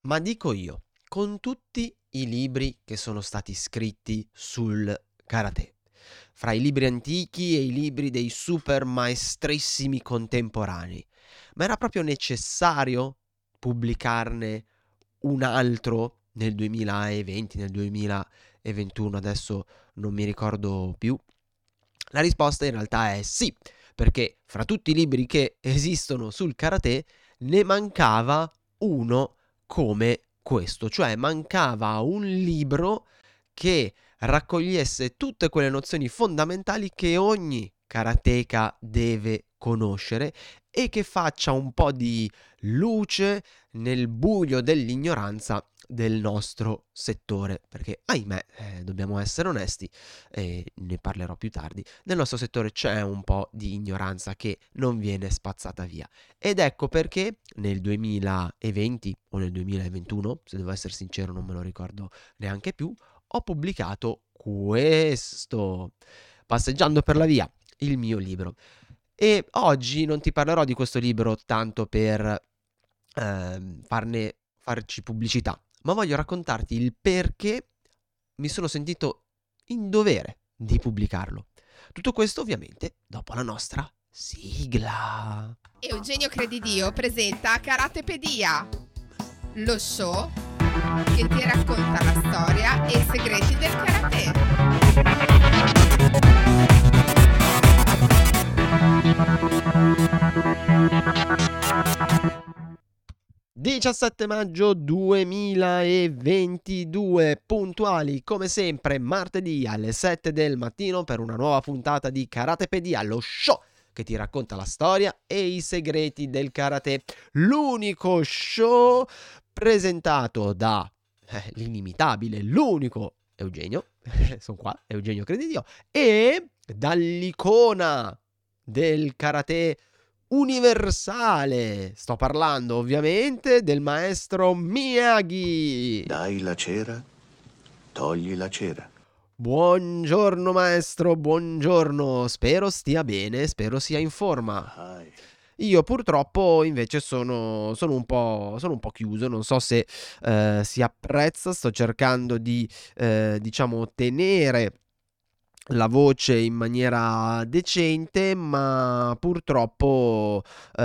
Ma dico io, con tutti i libri che sono stati scritti sul karate, fra i libri antichi e i libri dei super maestrissimi contemporanei, ma era proprio necessario pubblicarne un altro nel 2020, nel 2021, adesso non mi ricordo più? La risposta in realtà è sì, perché fra tutti i libri che esistono sul karate ne mancava uno come questo, cioè mancava un libro che raccogliesse tutte quelle nozioni fondamentali che ogni karateka deve conoscere e che faccia un po' di luce nel buio dell'ignoranza del nostro settore, perché ahimè, dobbiamo essere onesti, e ne parlerò più tardi, nel nostro settore c'è un po' di ignoranza che non viene spazzata via. Ed ecco perché nel 2020 o nel 2021, se devo essere sincero non me lo ricordo neanche più, ho pubblicato questo, Passeggiando per la via, il mio libro. E oggi non ti parlerò di questo libro tanto per farci pubblicità, ma voglio raccontarti il perché mi sono sentito in dovere di pubblicarlo. Tutto questo ovviamente dopo la nostra sigla. Eugenio Credidio presenta Karatepedia, lo show che ti racconta la storia e i segreti del karate. 17 maggio 2022, puntuali come sempre martedì alle 7 del mattino per una nuova puntata di Karatepedia, lo show che ti racconta la storia e i segreti del karate. L'unico show presentato da l'inimitabile, l'unico Eugenio, sono qua, Eugenio Credidio, e dall'icona del karate universale. Sto parlando ovviamente del maestro Miyagi. Dai la cera, togli la cera. Buongiorno maestro, buongiorno. Spero stia bene, spero sia in forma. Dai. Io purtroppo invece sono un po' chiuso, non so se si apprezza, sto cercando di diciamo tenere la voce in maniera decente, ma purtroppo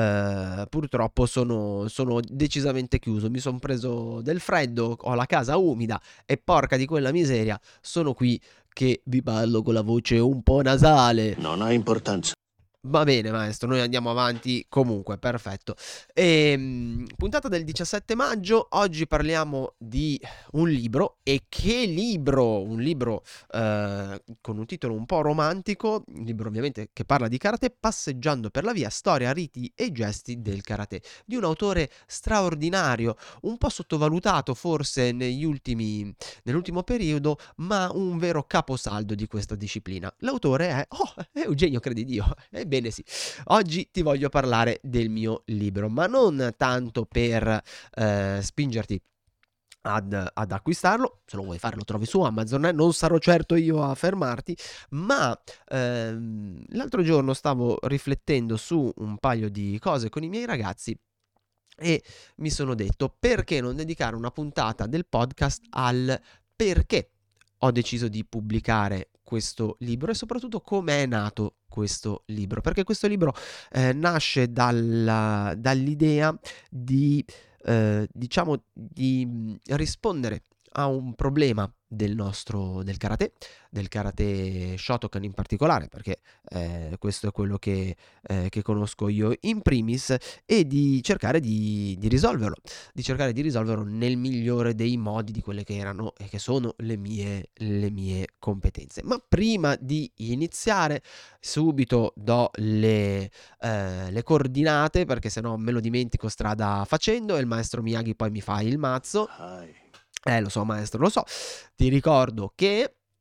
sono decisamente chiuso. Mi sono preso del freddo, ho la casa umida e porca di quella miseria, sono qui che vi parlo con la voce un po' nasale. Non ha importanza. Va bene maestro, noi andiamo avanti comunque, perfetto. Puntata del 17 maggio, oggi parliamo di un libro, e che libro! Un libro con un titolo un po' romantico, un libro ovviamente che parla di karate, Passeggiando per la via, storia, riti e gesti del karate, di un autore straordinario, un po' sottovalutato forse nell'ultimo periodo, ma un vero caposaldo di questa disciplina. L'autore è Eugenio Credidio. Ebbene sì, oggi ti voglio parlare del mio libro, ma non tanto per spingerti ad acquistarlo. Se lo vuoi fare lo trovi su Amazon, non sarò certo io a fermarti, ma l'altro giorno stavo riflettendo su un paio di cose con i miei ragazzi e mi sono detto: perché non dedicare una puntata del podcast al perché ho deciso di pubblicare questo libro e soprattutto come è nato questo libro, perché questo libro nasce dall'idea di diciamo di rispondere a un problema del karate Shotokan in particolare, perché questo è quello che conosco io in primis, e di cercare di risolverlo nel migliore dei modi di quelle che erano e che sono le mie competenze. Ma prima di iniziare subito do le coordinate, perché sennò me lo dimentico strada facendo e il maestro Miyagi poi mi fa il mazzo. Dai. Lo so maestro, lo so. Ti ricordo che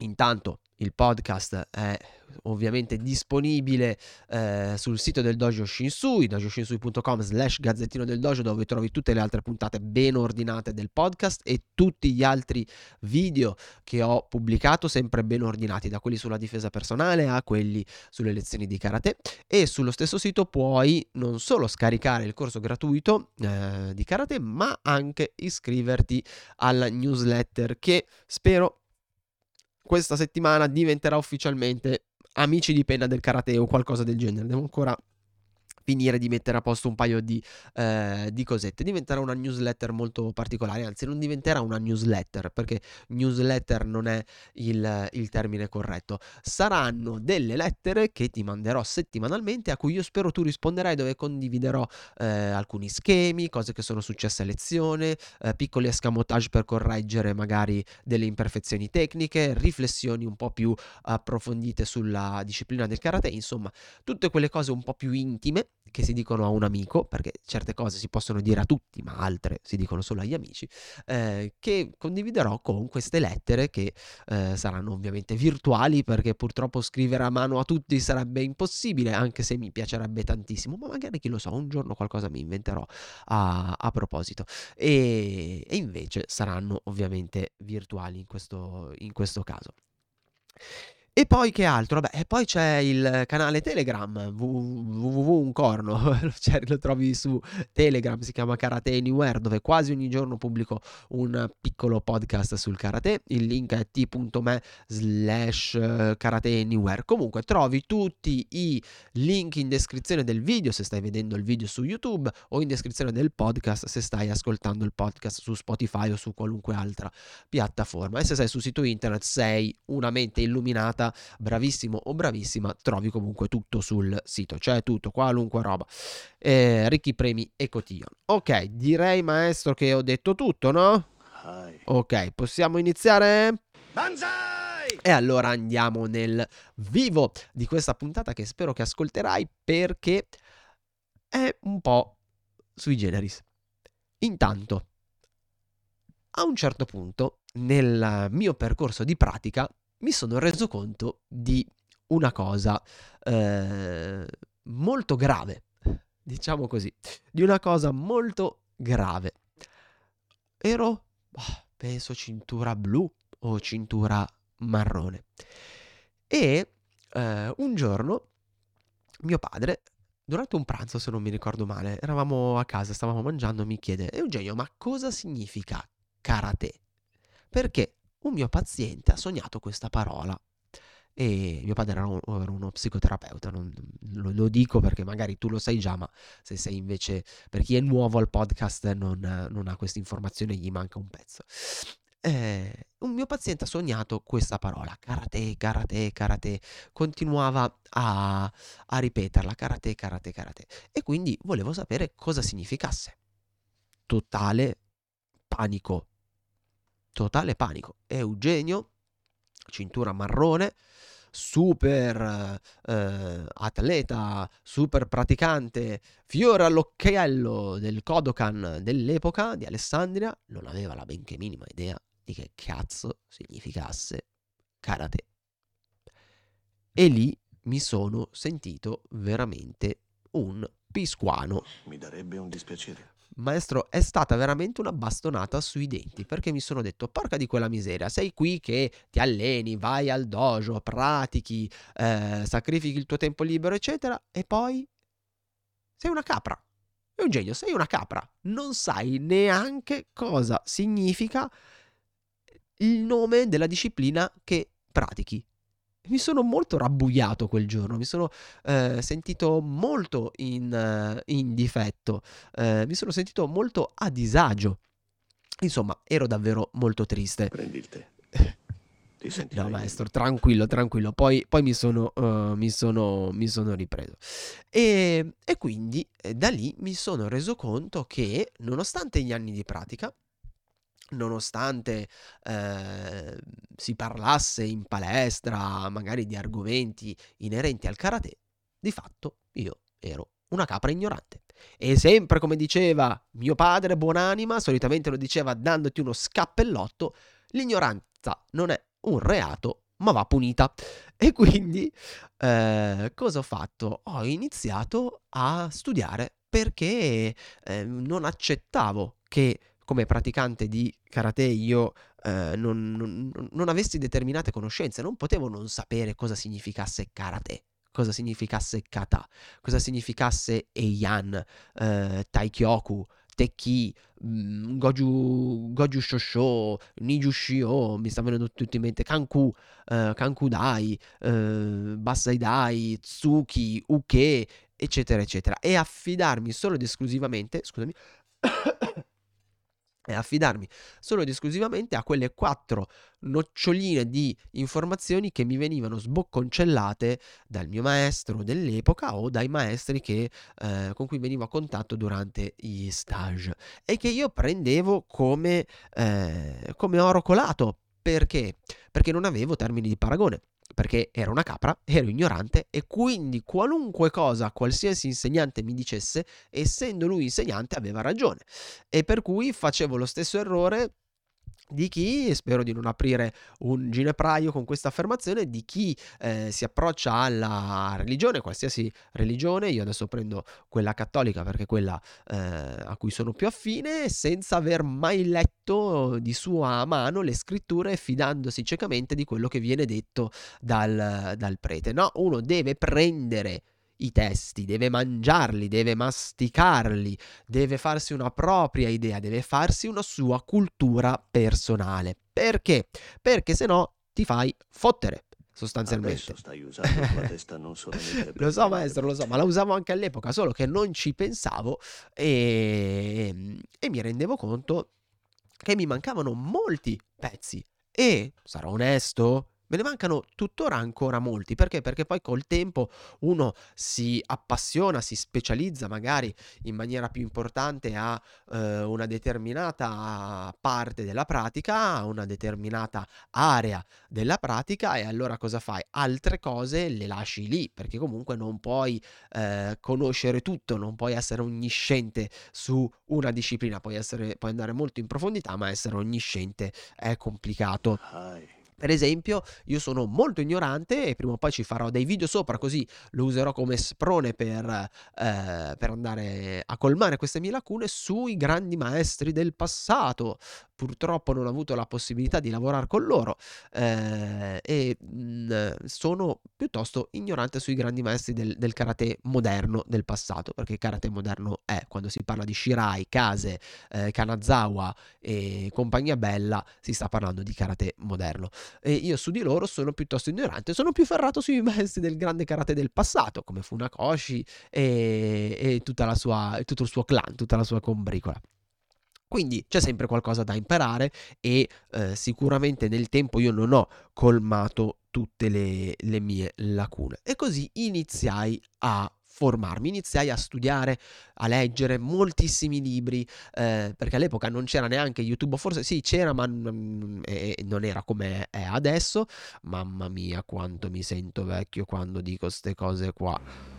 Intanto il podcast è ovviamente disponibile sul sito del Dojo Shinsui, dojoshinsui.com/gazzettino del dojo, dove trovi tutte le altre puntate ben ordinate del podcast e tutti gli altri video che ho pubblicato, sempre ben ordinati, da quelli sulla difesa personale a quelli sulle lezioni di karate. E sullo stesso sito puoi non solo scaricare il corso gratuito di karate, ma anche iscriverti alla newsletter, che spero questa settimana diventerà ufficialmente Amici di penna del karate o qualcosa del genere. Devo ancora finire di mettere a posto un paio di cosette. Diventerà una newsletter molto particolare, anzi non diventerà una newsletter, perché newsletter non è il termine corretto. Saranno delle lettere che ti manderò settimanalmente, a cui io spero tu risponderai, dove condividerò alcuni schemi, cose che sono successe a lezione, piccoli escamotage per correggere magari delle imperfezioni tecniche, riflessioni un po' più approfondite sulla disciplina del karate, insomma tutte quelle cose un po' più intime che si dicono a un amico, perché certe cose si possono dire a tutti, ma altre si dicono solo agli amici, che condividerò con queste lettere, che saranno ovviamente virtuali, perché purtroppo scrivere a mano a tutti sarebbe impossibile, anche se mi piacerebbe tantissimo, ma magari, chi lo sa, un giorno qualcosa mi inventerò a proposito, e invece saranno ovviamente virtuali in questo caso. E poi che altro? Vabbè, e poi c'è il canale Telegram, www.uncorno, lo trovi su Telegram, si chiama Karate Anywhere, dove quasi ogni giorno pubblico un piccolo podcast sul karate. Il link è t.me/Karate Anywhere. Comunque trovi tutti i link in descrizione del video se stai vedendo il video su YouTube, o in descrizione del podcast se stai ascoltando il podcast su Spotify o su qualunque altra piattaforma. E se sei sul sito internet, sei una mente illuminata, bravissimo o bravissima, trovi comunque tutto sul sito, c'è tutto, qualunque roba, ricchi premi e cotillon. Ok, direi, maestro, che ho detto tutto, no? Ok, possiamo iniziare? Banzai! E allora andiamo nel vivo di questa puntata, che spero che ascolterai, perché è un po' sui generis. Intanto, a un certo punto nel mio percorso di pratica mi sono reso conto di una cosa molto grave, diciamo così, di una cosa molto grave. Ero, penso, cintura blu o cintura marrone, e un giorno mio padre, durante un pranzo, se non mi ricordo male, eravamo a casa, stavamo mangiando, mi chiede: Eugenio, ma cosa significa karate? Perché un mio paziente ha sognato questa parola. E mio padre era uno psicoterapeuta, lo dico perché magari tu lo sai già, ma se sei invece, per chi è nuovo al podcast, non ha questa informazione, gli manca un pezzo. Un mio paziente ha sognato questa parola, karate, karate, karate, continuava a ripeterla, karate, karate, karate, e quindi volevo sapere cosa significasse. Totale panico. Eugenio, cintura marrone, super atleta, super praticante, fiore all'occhiello del Kodokan dell'epoca di Alessandria, non aveva la benché minima idea di che cazzo significasse karate. E lì mi sono sentito veramente un pisquano. Mi darebbe un dispiacere. Maestro, è stata veramente una bastonata sui denti, perché mi sono detto: porca di quella miseria, sei qui che ti alleni, vai al dojo, pratichi, sacrifichi il tuo tempo libero, eccetera, e poi sei una capra. Eugenio, sei una capra, non sai neanche cosa significa il nome della disciplina che pratichi. Mi sono molto rabbuiato quel giorno, mi sono sentito molto in difetto, mi sono sentito molto a disagio. Insomma, ero davvero molto triste. Prendi il tè. Ti senti? No, maestro, tranquillo. Poi mi sono ripreso. E quindi da lì mi sono reso conto che, nonostante gli anni di pratica, nonostante si parlasse in palestra magari di argomenti inerenti al karate, di fatto io ero una capra ignorante. E sempre, come diceva mio padre buonanima, solitamente lo diceva dandoti uno scappellotto: l'ignoranza non è un reato, ma va punita. E quindi cosa ho fatto? Ho iniziato a studiare perché non accettavo che come praticante di karate io non avessi determinate conoscenze, non potevo non sapere cosa significasse karate, cosa significasse kata, cosa significasse eian, taikyoku, tekki, goju shosho, niju shio, mi sta venendo tutto in mente, kanku dai, Bassai Dai, Tsuki, Uke, eccetera, eccetera. E affidarmi solo ed esclusivamente, scusami, e affidarmi solo ed esclusivamente a quelle 4 noccioline di informazioni che mi venivano sbocconcellate dal mio maestro dell'epoca o dai maestri con cui venivo a contatto durante gli stage e che io prendevo come oro colato. Perché? Perché non avevo termini di paragone. Perché ero una capra, ero ignorante e quindi qualunque cosa qualsiasi insegnante mi dicesse, essendo lui insegnante, aveva ragione. E per cui facevo lo stesso errore di chi, e spero di non aprire un ginepraio con questa affermazione, di chi si approccia alla religione, qualsiasi religione, io adesso prendo quella cattolica perché è quella a cui sono più affine, senza aver mai letto di sua mano le scritture, fidandosi ciecamente di quello che viene detto dal prete. No, uno deve prendere i testi, deve mangiarli, deve masticarli, deve farsi una propria idea, deve farsi una sua cultura personale. Perché? Perché se no ti fai fottere, sostanzialmente. Adesso stai usando la tua testa non solamente per Lo so, prendere maestro, lo so, ma la usavo anche all'epoca, solo che non ci pensavo e mi rendevo conto che mi mancavano molti pezzi. E, sarò onesto, me ne mancano tuttora ancora molti. Perché? Perché poi col tempo uno si appassiona, si specializza magari in maniera più importante a una determinata parte della pratica, a una determinata area della pratica e allora cosa fai? Altre cose le lasci lì, perché comunque non puoi conoscere tutto, non puoi essere onnisciente su una disciplina, puoi andare molto in profondità, ma essere onnisciente è complicato. Ai, Per esempio, io sono molto ignorante e prima o poi ci farò dei video sopra, così lo userò come sprone per andare a colmare queste mie lacune sui grandi maestri del passato. Purtroppo non ho avuto la possibilità di lavorare con loro sono piuttosto ignorante sui grandi maestri del karate moderno del passato, perché il karate moderno è, quando si parla di Shirai, Kase, Kanazawa e compagnia bella, si sta parlando di karate moderno. E io su di loro sono piuttosto ignorante, sono più ferrato sui maestri del grande karate del passato, come Funakoshi e tutto il suo clan, tutta la sua combricola. Quindi c'è sempre qualcosa da imparare e sicuramente nel tempo io non ho colmato tutte le mie lacune. E così iniziai a formarmi, iniziai a studiare, a leggere moltissimi libri, perché all'epoca non c'era neanche YouTube, o forse sì c'era, ma non era come è adesso. Mamma mia, quanto mi sento vecchio quando dico ste cose qua.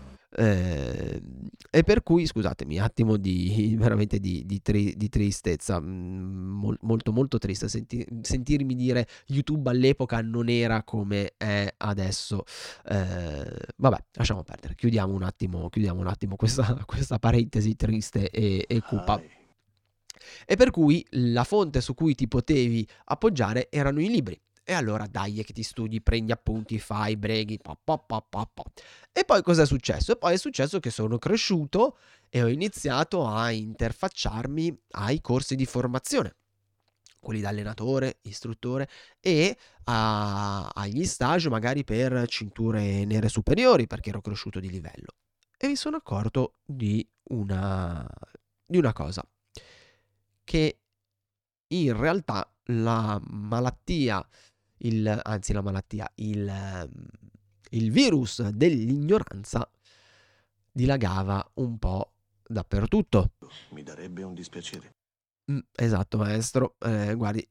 E per cui scusatemi, attimo di veramente di tristezza, molto molto triste sentirmi dire YouTube all'epoca non era come è adesso. Vabbè, lasciamo perdere, chiudiamo un attimo questa parentesi triste e cupa. ai. E per cui la fonte su cui ti potevi appoggiare erano i libri. E allora dai che ti studi, prendi appunti, fai, breghi, pa, pa, pa, pa, pa. E poi cosa è successo? E poi è successo che sono cresciuto e ho iniziato a interfacciarmi ai corsi di formazione, quelli da allenatore, istruttore e agli stage magari per cinture nere superiori, perché ero cresciuto di livello. E mi sono accorto di una cosa, che in realtà la malattia, anzi la malattia, il virus dell'ignoranza dilagava un po' dappertutto. Mi darebbe un dispiacere. Esatto maestro, guardi,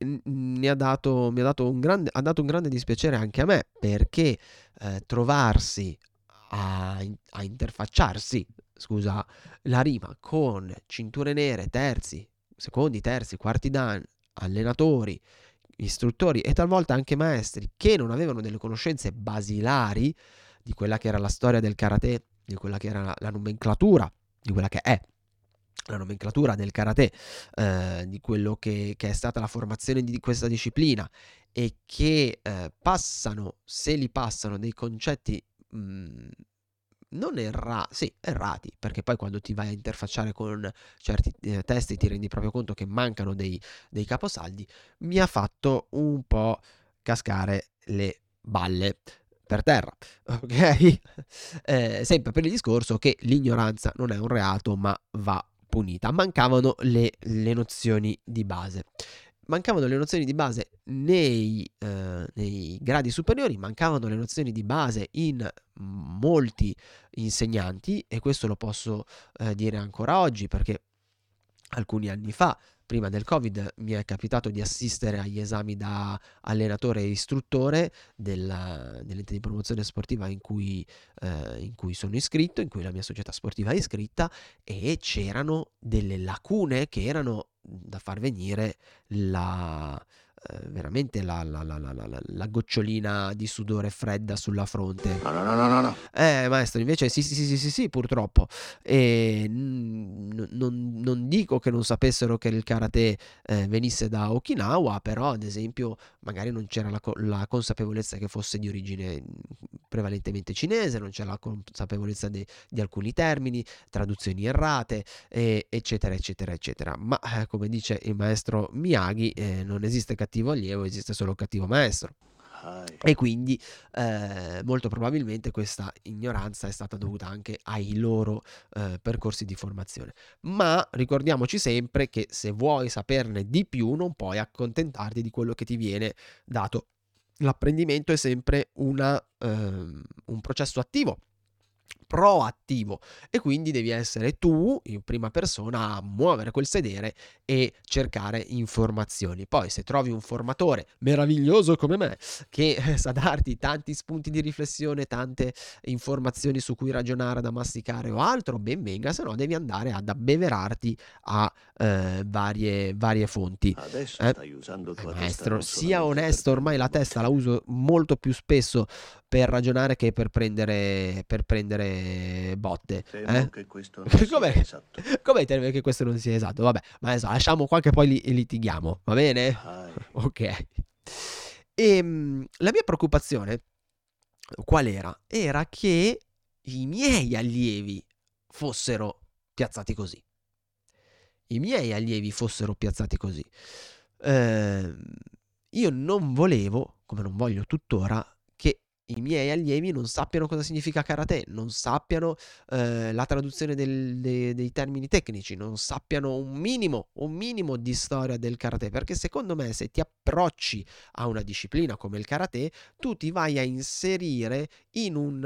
ha dato un grande dispiacere anche a me, perché trovarsi a interfacciarsi, scusa la rima, con cinture nere, terzi, secondi, terzi, quarti dan, allenatori, istruttori e talvolta anche maestri che non avevano delle conoscenze basilari di quella che era la storia del karate, di quella che era la nomenclatura, di quella che è la nomenclatura del karate, di quello che è stata la formazione di questa disciplina, e che passano, se li passano, dei concetti non errati, perché poi quando ti vai a interfacciare con certi testi ti rendi proprio conto che mancano dei caposaldi, mi ha fatto un po' cascare le balle per terra, ok? Sempre per il discorso che l'ignoranza non è un reato ma va punita. Mancavano le nozioni di base. Mancavano le nozioni di base nei gradi superiori, mancavano le nozioni di base in molti insegnanti, e questo lo posso dire ancora oggi, perché alcuni anni fa, prima del Covid, mi è capitato di assistere agli esami da allenatore e istruttore dell'ente di promozione sportiva in cui sono iscritto, in cui la mia società sportiva è iscritta, e c'erano delle lacune che erano da far venire veramente la gocciolina di sudore fredda sulla fronte. No. Maestro, invece sì, purtroppo. E non dico che non sapessero che il karate venisse da Okinawa, però ad esempio magari non c'era la consapevolezza che fosse di origine prevalentemente cinese, non c'era la consapevolezza di alcuni termini, traduzioni errate, eccetera eccetera eccetera. Ma come dice il maestro Miyagi, non esiste cattivo allievo, esiste solo cattivo maestro. E quindi molto probabilmente questa ignoranza è stata dovuta anche ai loro percorsi di formazione. Ma ricordiamoci sempre che se vuoi saperne di più non puoi accontentarti di quello che ti viene dato. L'apprendimento è sempre un processo attivo, proattivo, e quindi devi essere tu in prima persona a muovere quel sedere e cercare informazioni. Poi se trovi un formatore meraviglioso come me che sa darti tanti spunti di riflessione, tante informazioni su cui ragionare, da masticare o altro, ben venga, se no devi andare ad abbeverarti a varie fonti. Adesso stai usando tua testa Maestro, non sia solamente onesto, per ormai la prendere testa la botte. uso molto più spesso per ragionare che per prendere botte. Temo che questo non sia Com'è? esatto. Come teme che questo non sia esatto? Vabbè, ma adesso lasciamo qua che poi litighiamo, va bene? Dai. Ok. La mia preoccupazione qual era? Era che i miei allievi fossero piazzati così. I miei allievi fossero piazzati così. Io non volevo, come non voglio tuttora, che i miei allievi non sappiano cosa significa karate, non sappiano la traduzione dei termini tecnici, non sappiano un minimo di storia del karate, perché secondo me se ti approcci a una disciplina come il karate, tu ti vai a inserire in un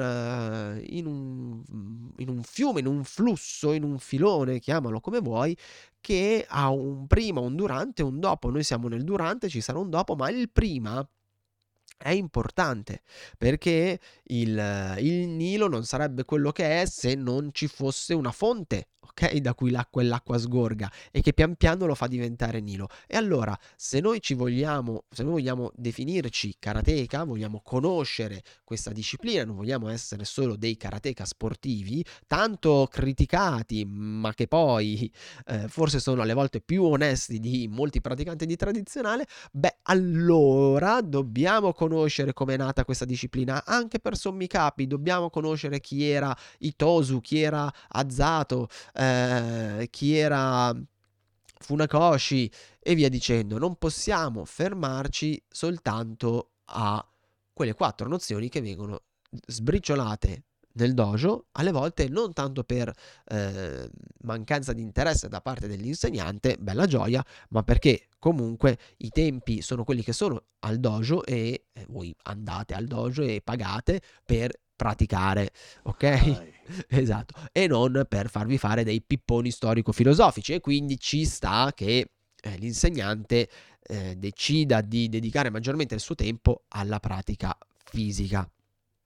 fiume, in un flusso, in un filone, chiamalo come vuoi, che ha un prima, un durante e un dopo. Noi siamo nel durante, ci sarà un dopo, ma il prima è importante, perché il Nilo non sarebbe quello che è se non ci fosse una fonte, ok? Da cui quell'acqua sgorga e che pian piano lo fa diventare Nilo. E allora, se noi vogliamo definirci karateka, vogliamo conoscere questa disciplina, non vogliamo essere solo dei karateka sportivi, tanto criticati, ma che poi forse sono alle volte più onesti di molti praticanti di tradizionale, beh, allora dobbiamo conoscere come è nata questa disciplina, anche per sommi capi. Dobbiamo conoscere chi era Itosu, chi era Azato, chi era Funakoshi e via dicendo. Non possiamo fermarci soltanto a quelle 4 nozioni che vengono sbriciolate nel dojo, alle volte non tanto per mancanza di interesse da parte dell'insegnante, bella gioia, ma perché comunque i tempi sono quelli che sono al dojo e voi andate al dojo e pagate per praticare, ok? Dai. Esatto, e non per farvi fare dei pipponi storico-filosofici, e quindi ci sta che l'insegnante decida di dedicare maggiormente il suo tempo alla pratica fisica.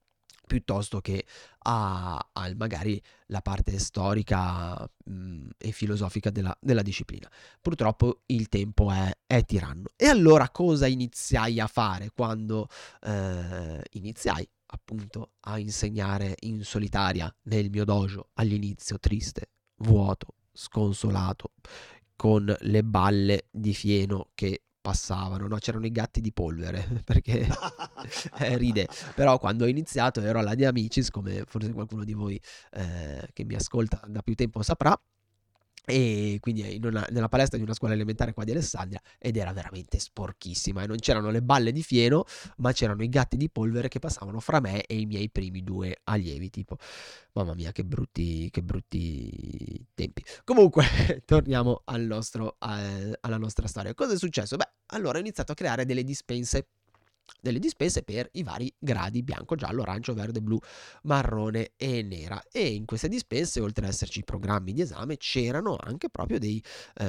piuttosto che magari la parte storica e filosofica della disciplina. Purtroppo il tempo è tiranno. E allora cosa iniziai a fare quando iniziai appunto a insegnare in solitaria nel mio dojo, all'inizio triste, vuoto, sconsolato, con le balle di fieno che passavano, no? C'erano i gatti di polvere, perché ride, però quando ho iniziato ero alla De Amicis, come forse qualcuno di voi che mi ascolta da più tempo saprà, e quindi nella palestra di una scuola elementare qua di Alessandria, ed era veramente sporchissima e non c'erano le balle di fieno, ma c'erano i gatti di polvere che passavano fra me e i miei primi 2 allievi, tipo mamma mia che brutti tempi. Comunque torniamo alla nostra storia. Cosa è successo? Beh, allora ho iniziato a creare delle dispense per i vari gradi: bianco, giallo, arancio, verde, blu, marrone e nera. E in queste dispense, oltre ad esserci programmi di esame, c'erano anche proprio dei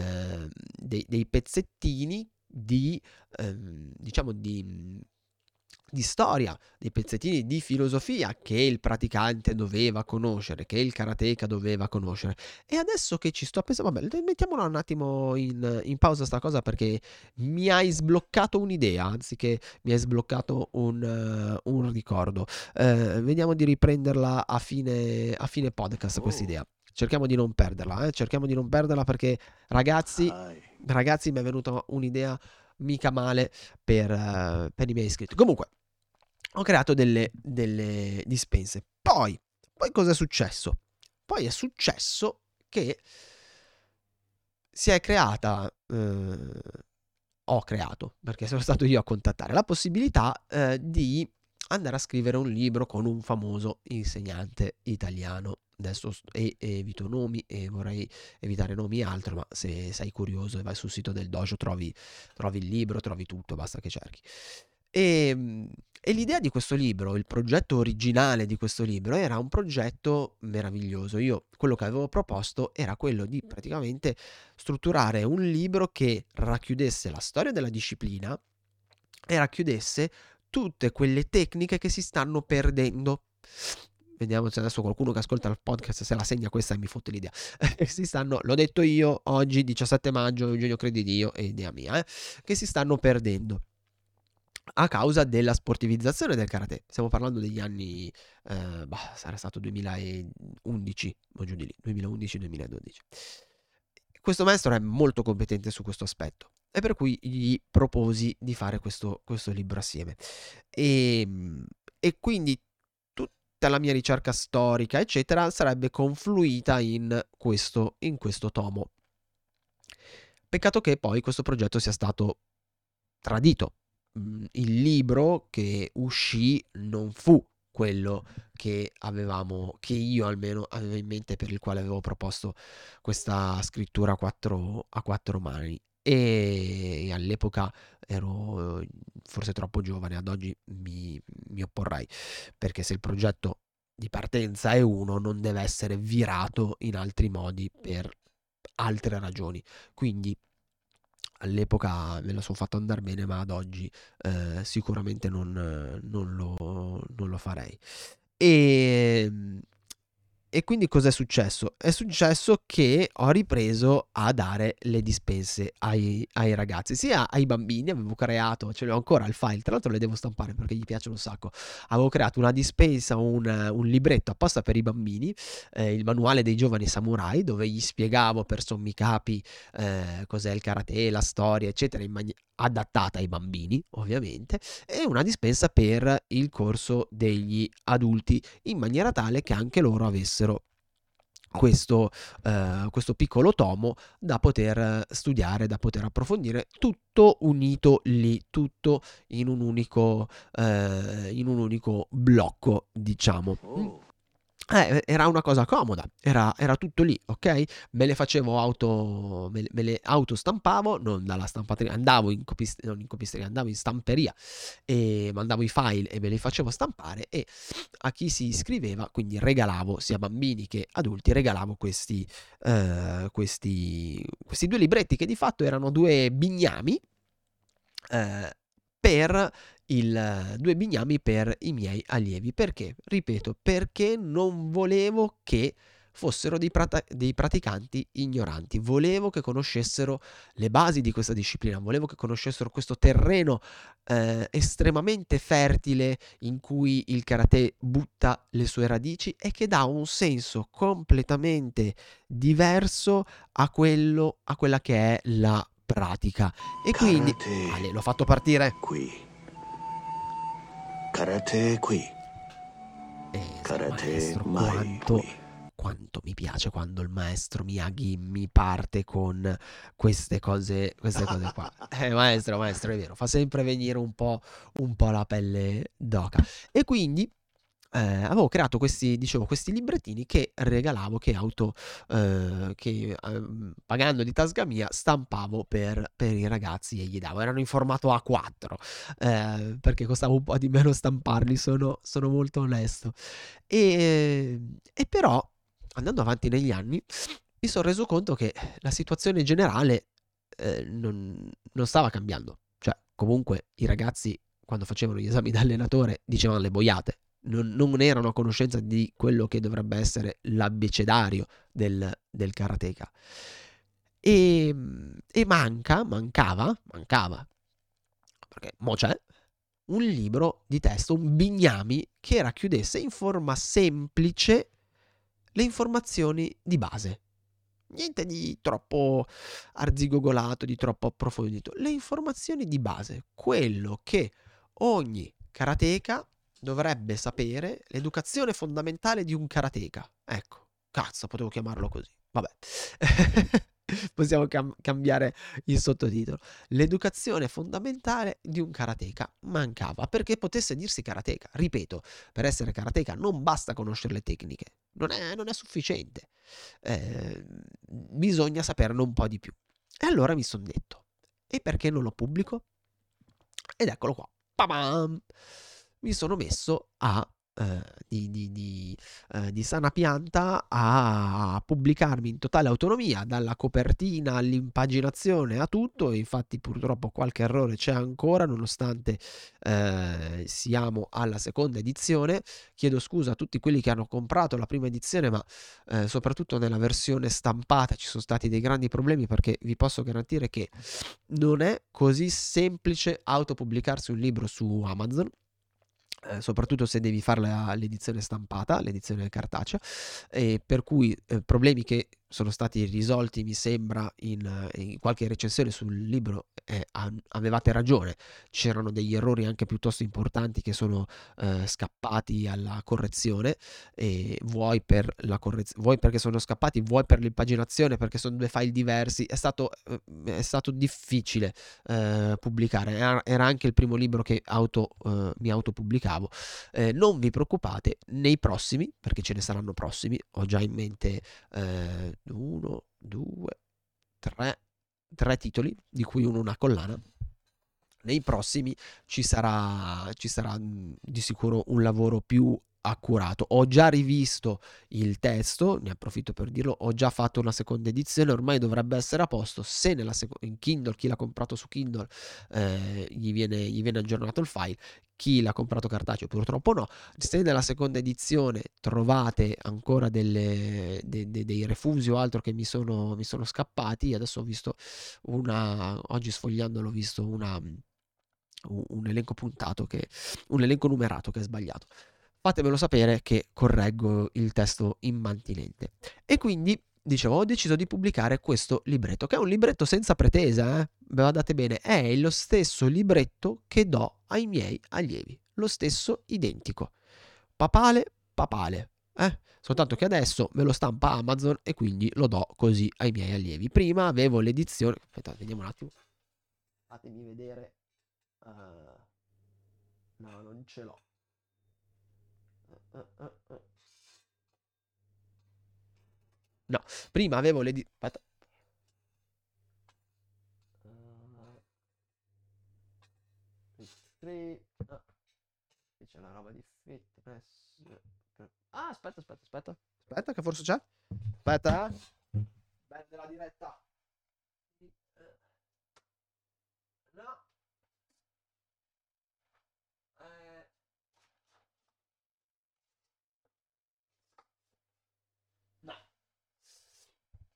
pezzettini diciamo di storia, dei pezzettini di filosofia che il praticante doveva conoscere, che il karateka doveva conoscere. E adesso che ci sto pensando, vabbè, mettiamola un attimo in pausa sta cosa, perché mi hai sbloccato un'idea, anziché mi hai sbloccato un ricordo. Vediamo di riprenderla a fine podcast questa idea. Cerchiamo di non perderla, perché ragazzi mi è venuta un'idea mica male per i miei iscritti. Comunque ho creato delle dispense. Poi cosa è successo? Poi è successo che si è creata, ho creato, perché sono stato io a contattare, la possibilità di andare a scrivere un libro con un famoso insegnante italiano. Adesso evito nomi e vorrei evitare nomi e altro, ma se sei curioso e vai sul sito del dojo trovi il libro, trovi tutto, basta che cerchi. E l'idea di questo libro, il progetto originale di questo libro, era un progetto meraviglioso. Io quello che avevo proposto era quello di praticamente strutturare un libro che racchiudesse la storia della disciplina e racchiudesse tutte quelle tecniche che si stanno perdendo. Vediamo se adesso qualcuno che ascolta il podcast se la segna questa e mi fotte l'idea. L'ho detto io oggi, 17 maggio, Eugenio Credidio, e idea mia, che si stanno perdendo a causa della sportivizzazione del karate. Stiamo parlando degli anni, sarà stato 2011, o giù di lì, 2011-2012. Questo maestro è molto competente su questo aspetto, e per cui gli proposi di fare questo libro assieme. E quindi tutta la mia ricerca storica, eccetera, sarebbe confluita in questo tomo. Peccato che poi questo progetto sia stato tradito. Il libro che uscì non fu quello che io almeno avevo in mente, per il quale avevo proposto questa scrittura a quattro mani. E all'epoca ero forse troppo giovane, ad oggi mi opporrei, perché se il progetto di partenza è uno, non deve essere virato in altri modi per altre ragioni. Quindi all'epoca me la sono fatto andare bene, ma ad oggi sicuramente non lo farei. E quindi cos'è successo? È successo che ho ripreso a dare le dispense ai ragazzi, sia ai bambini. Avevo creato, ce l'ho ancora il file, tra l'altro le devo stampare perché gli piacciono un sacco. Avevo creato una dispensa, un libretto apposta per i bambini, il manuale dei giovani samurai, dove gli spiegavo per sommi capi cos'è il karate, la storia, eccetera, adattata ai bambini ovviamente, e una dispensa per il corso degli adulti, in maniera tale che anche loro avessero questo piccolo tomo da poter studiare, da poter approfondire, tutto unito lì, tutto in un unico blocco, diciamo. Era una cosa comoda, era tutto lì, ok? Me le facevo me le autostampavo, non dalla stampateria, andavo in copisteria, andavo in stamperia e mandavo i file e me li facevo stampare, e a chi si iscriveva, quindi regalavo, sia bambini che adulti, regalavo questi 2 libretti, che di fatto erano 2 bignami per due bignami per i miei allievi. Perché? Ripeto, perché non volevo che fossero dei praticanti ignoranti, volevo che conoscessero le basi di questa disciplina, volevo che conoscessero questo terreno estremamente fertile in cui il karate butta le sue radici e che dà un senso completamente diverso a quella che è la pratica. E quindi Ale, l'ho fatto partire. Qui. Karate qui. Karate Maestro, mai qui. quanto mi piace quando il maestro Miyagi mi parte con queste cose qua. Maestro, è vero, fa sempre venire un po' la pelle d'oca. E quindi avevo creato questi librettini che regalavo, che pagando di tasca mia stampavo per i ragazzi e gli davo. Erano in formato A4 perché costava un po' di meno stamparli, sono molto onesto. E però, andando avanti negli anni, mi sono reso conto che la situazione generale non stava cambiando. Cioè, comunque, i ragazzi, quando facevano gli esami da allenatore, dicevano le boiate. Non erano a conoscenza di quello che dovrebbe essere l'abbecedario del karateka. E mancava, perché mo c'è, un libro di testo, un bignami che racchiudesse in forma semplice le informazioni di base. Niente di troppo arzigogolato, di troppo approfondito. Le informazioni di base, quello che ogni karateka dovrebbe sapere, l'educazione fondamentale di un karateka. Ecco, cazzo, potevo chiamarlo così. Vabbè. Possiamo cambiare il sottotitolo. L'educazione fondamentale di un karateka mancava perché potesse dirsi karateka. Ripeto, per essere karateka non basta conoscere le tecniche, non è sufficiente. Bisogna saperne un po' di più. E allora mi sono detto, e perché non lo pubblico? Ed eccolo qua. Pa-bam! Mi sono messo di sana pianta a pubblicarmi in totale autonomia, dalla copertina all'impaginazione a tutto. Infatti purtroppo qualche errore c'è ancora, nonostante siamo alla seconda edizione. Chiedo scusa a tutti quelli che hanno comprato la prima edizione, ma soprattutto nella versione stampata ci sono stati dei grandi problemi, perché vi posso garantire che non è così semplice autopubblicarsi un libro su Amazon. Soprattutto se devi fare l'edizione stampata, l'edizione cartacea, e per cui problemi che sono stati risolti, mi sembra, in qualche recensione sul libro. Avevate ragione, c'erano degli errori anche piuttosto importanti che sono scappati alla correzione, e vuoi perché sono scappati, vuoi per l'impaginazione, perché sono due file diversi. È stato difficile pubblicare. Era anche il primo libro che mi autopubblicavo. Non vi preoccupate, nei prossimi, perché ce ne saranno prossimi, ho già in mente 1, 2, 3 titoli, di cui uno una collana. Nei prossimi ci sarà di sicuro un lavoro più accurato. Ho già rivisto il testo, ne approfitto per dirlo, ho già fatto una seconda edizione, ormai dovrebbe essere a posto. Se in Kindle, chi l'ha comprato su Kindle, gli viene aggiornato il file. Chi l'ha comprato cartaceo purtroppo no. Se nella seconda edizione trovate ancora dei refusi o altro che mi sono scappati, adesso ho visto oggi sfogliandolo ho visto un elenco un elenco numerato che è sbagliato. Fatemelo sapere che correggo il testo immantinente. E quindi, dicevo, ho deciso di pubblicare questo libretto, che è un libretto senza pretesa, badate bene, è lo stesso libretto che do ai miei allievi, lo stesso identico. Papale, soltanto che adesso me lo stampa Amazon e quindi lo do così ai miei allievi. Prima avevo l'edizione, aspetta, vediamo un attimo, fatemi vedere. No, non ce l'ho. No, prima avevo aspetta. Qui c'è la roba di fitness. Aspetta che forse c'è. Aspetta. Bella della diretta. No.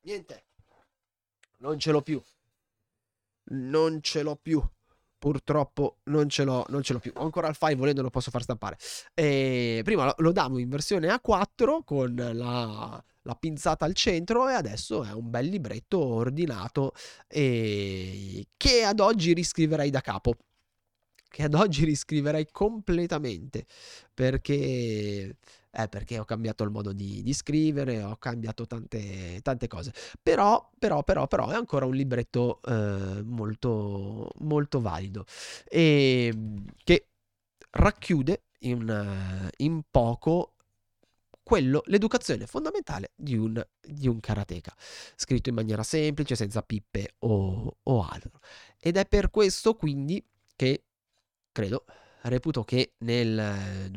Niente, non ce l'ho più. Non ce l'ho più. Purtroppo non ce l'ho più. Ho ancora il file, volendo lo posso far stampare. Prima lo davo in versione A4 con la pinzata al centro, e adesso è un bel libretto ordinato, che ad oggi riscriverei da capo. Che ad oggi riscriverei completamente, perché ho cambiato il modo di scrivere, ho cambiato tante cose. Però è ancora un libretto molto, molto valido, e che racchiude in poco l'educazione fondamentale di un karateka, scritto in maniera semplice, senza pippe o altro. Ed è per questo quindi che reputo che nel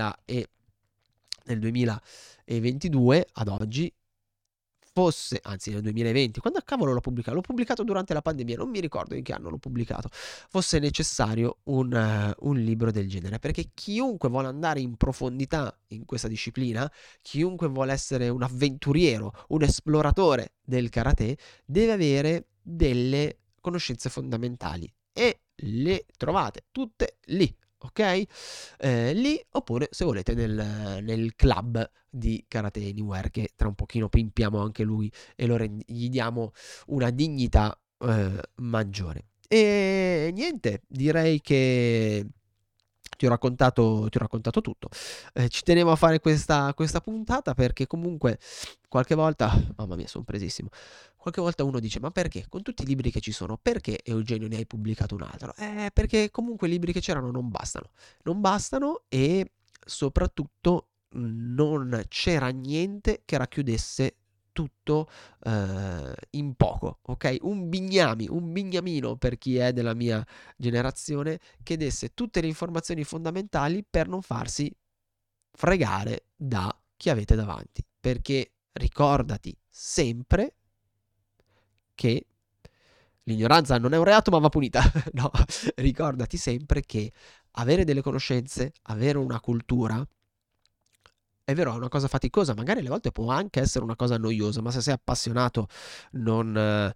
2022 ad oggi fosse, anzi nel 2020, quando cavolo l'ho pubblicato? L'ho pubblicato durante la pandemia, non mi ricordo in che anno l'ho pubblicato. Fosse necessario un libro del genere, perché chiunque vuole andare in profondità in questa disciplina, chiunque vuole essere un avventuriero, un esploratore del karate, deve avere delle conoscenze fondamentali, e le trovate tutte lì. Ok? Lì, oppure se volete nel club di Karate Anywhere, che tra un pochino pimpiamo anche lui e gli diamo una dignità maggiore. E niente, direi che ti ho raccontato tutto. Ci tenevo a fare questa puntata, perché comunque qualche volta, mamma mia, sono presissimo. Qualche volta uno dice: ma perché? Con tutti i libri che ci sono, perché Eugenio ne hai pubblicato un altro? Perché comunque i libri che c'erano non bastano. Non bastano, e soprattutto non c'era niente che racchiudesse tutto in poco, ok? Un bignamino per chi è della mia generazione, che desse tutte le informazioni fondamentali per non farsi fregare da chi avete davanti. Perché ricordati sempre che l'ignoranza non è un reato, ma va punita. No, ricordati sempre che avere delle conoscenze, avere una cultura, è vero, è una cosa faticosa, magari alle volte può anche essere una cosa noiosa, ma se sei appassionato non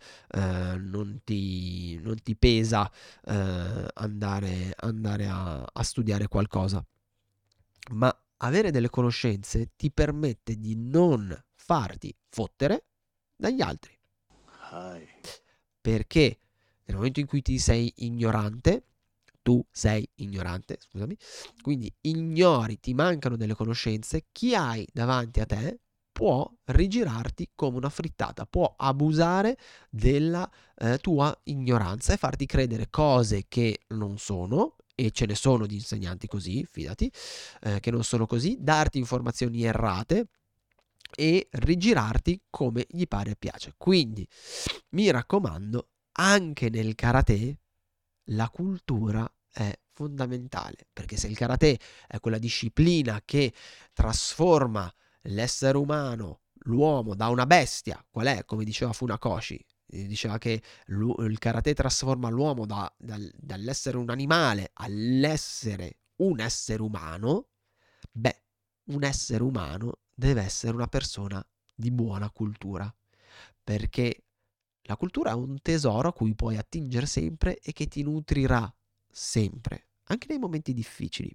ti pesa andare a studiare qualcosa. Ma avere delle conoscenze ti permette di non farti fottere dagli altri. Perché nel momento in cui tu sei ignorante, scusami, quindi ignori, ti mancano delle conoscenze, chi hai davanti a te può rigirarti come una frittata, può abusare della tua ignoranza e farti credere cose che non sono, e ce ne sono di insegnanti così, fidati, che non sono così, darti informazioni errate e rigirarti come gli pare e piace. Quindi mi raccomando, anche nel karate la cultura è fondamentale, perché se il karate è quella disciplina che trasforma l'essere umano, l'uomo, da una bestia, qual è? Come diceva Funakoshi, diceva che il karate trasforma l'uomo dall'essere un animale all'essere un essere umano. Beh, un essere umano deve essere una persona di buona cultura, perché la cultura è un tesoro a cui puoi attingere sempre e che ti nutrirà sempre, anche nei momenti difficili.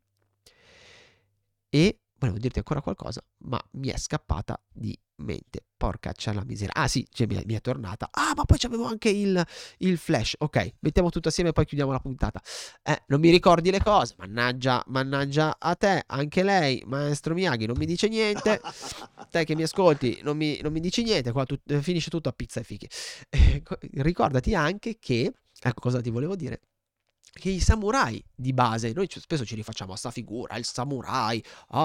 E volevo dirti ancora qualcosa, ma mi è scappata di mente. Porcaccia la miseria. Ah sì, cioè, mi è tornata. Ah, ma poi c'avevo anche il flash. Ok, mettiamo tutto assieme e poi chiudiamo la puntata. Non mi ricordi le cose. Mannaggia a te, anche lei, maestro Miyagi, non mi dice niente. Te che mi ascolti, non mi dici niente. Qua finisce tutto a pizza e fichi. Ricordati anche che, ecco cosa ti volevo dire, che i samurai di base, noi spesso ci rifacciamo a sta figura, il samurai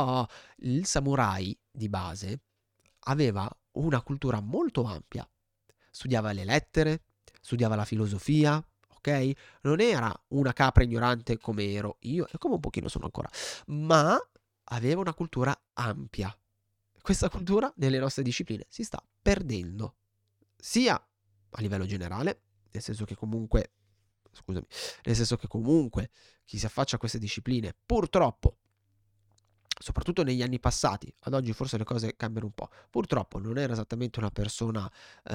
di base aveva una cultura molto ampia, studiava le lettere, studiava la filosofia, ok? Non era una capra ignorante come ero io, e come un pochino sono ancora, ma aveva una cultura ampia. Questa cultura nelle nostre discipline si sta perdendo, sia a livello generale, nel senso che comunque chi si affaccia a queste discipline purtroppo soprattutto negli anni passati. Ad oggi forse le cose cambiano un po'. Purtroppo non era esattamente una persona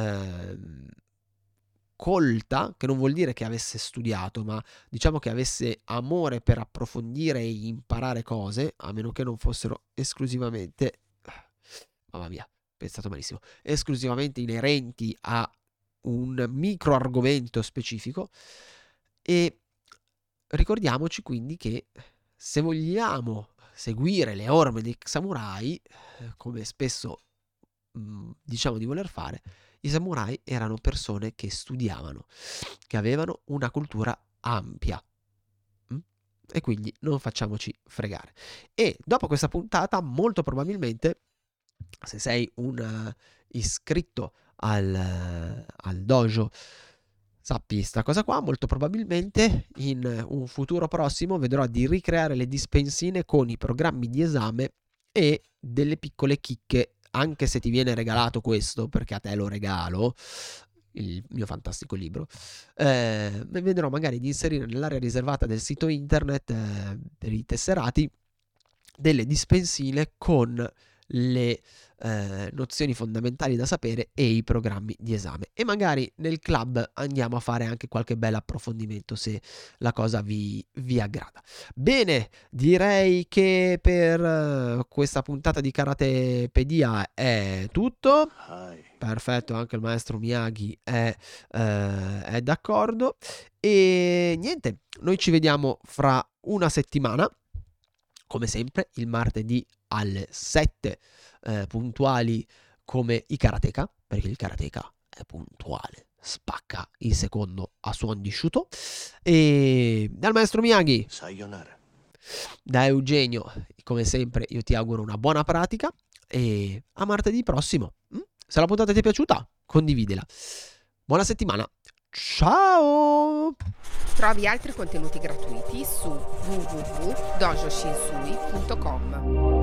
colta, che non vuol dire che avesse studiato, ma diciamo che avesse amore per approfondire e imparare cose, a meno che non fossero esclusivamente, mamma mia, pensato malissimo, esclusivamente inerenti a un micro argomento specifico. E ricordiamoci quindi che se vogliamo seguire le orme dei samurai, come spesso diciamo di voler fare, i samurai erano persone che studiavano, che avevano una cultura ampia. E quindi non facciamoci fregare. E dopo questa puntata, molto probabilmente, se sei un iscritto al dojo, sappi sta cosa qua, molto probabilmente in un futuro prossimo vedrò di ricreare le dispensine con i programmi di esame e delle piccole chicche, anche se ti viene regalato questo, perché a te lo regalo, il mio fantastico libro, vedrò magari di inserire nell'area riservata del sito internet per i tesserati delle dispensine con le nozioni fondamentali da sapere e i programmi di esame, e magari nel club andiamo a fare anche qualche bel approfondimento se la cosa vi aggrada. Bene, direi che per questa puntata di Karatepedia è tutto. Perfetto, anche il maestro Miyagi è d'accordo. E niente, noi ci vediamo fra una settimana, come sempre il martedì alle 7 puntuali, come i karateka, perché il karateka è puntuale, spacca il secondo a suon di sciuto. E dal maestro Miyagi, Sayonara. da Eugenio, come sempre io ti auguro una buona pratica e a martedì prossimo. Se la puntata ti è piaciuta, condividila. Buona settimana. Ciao! Trovi altri contenuti gratuiti su www.dojoshinsui.com.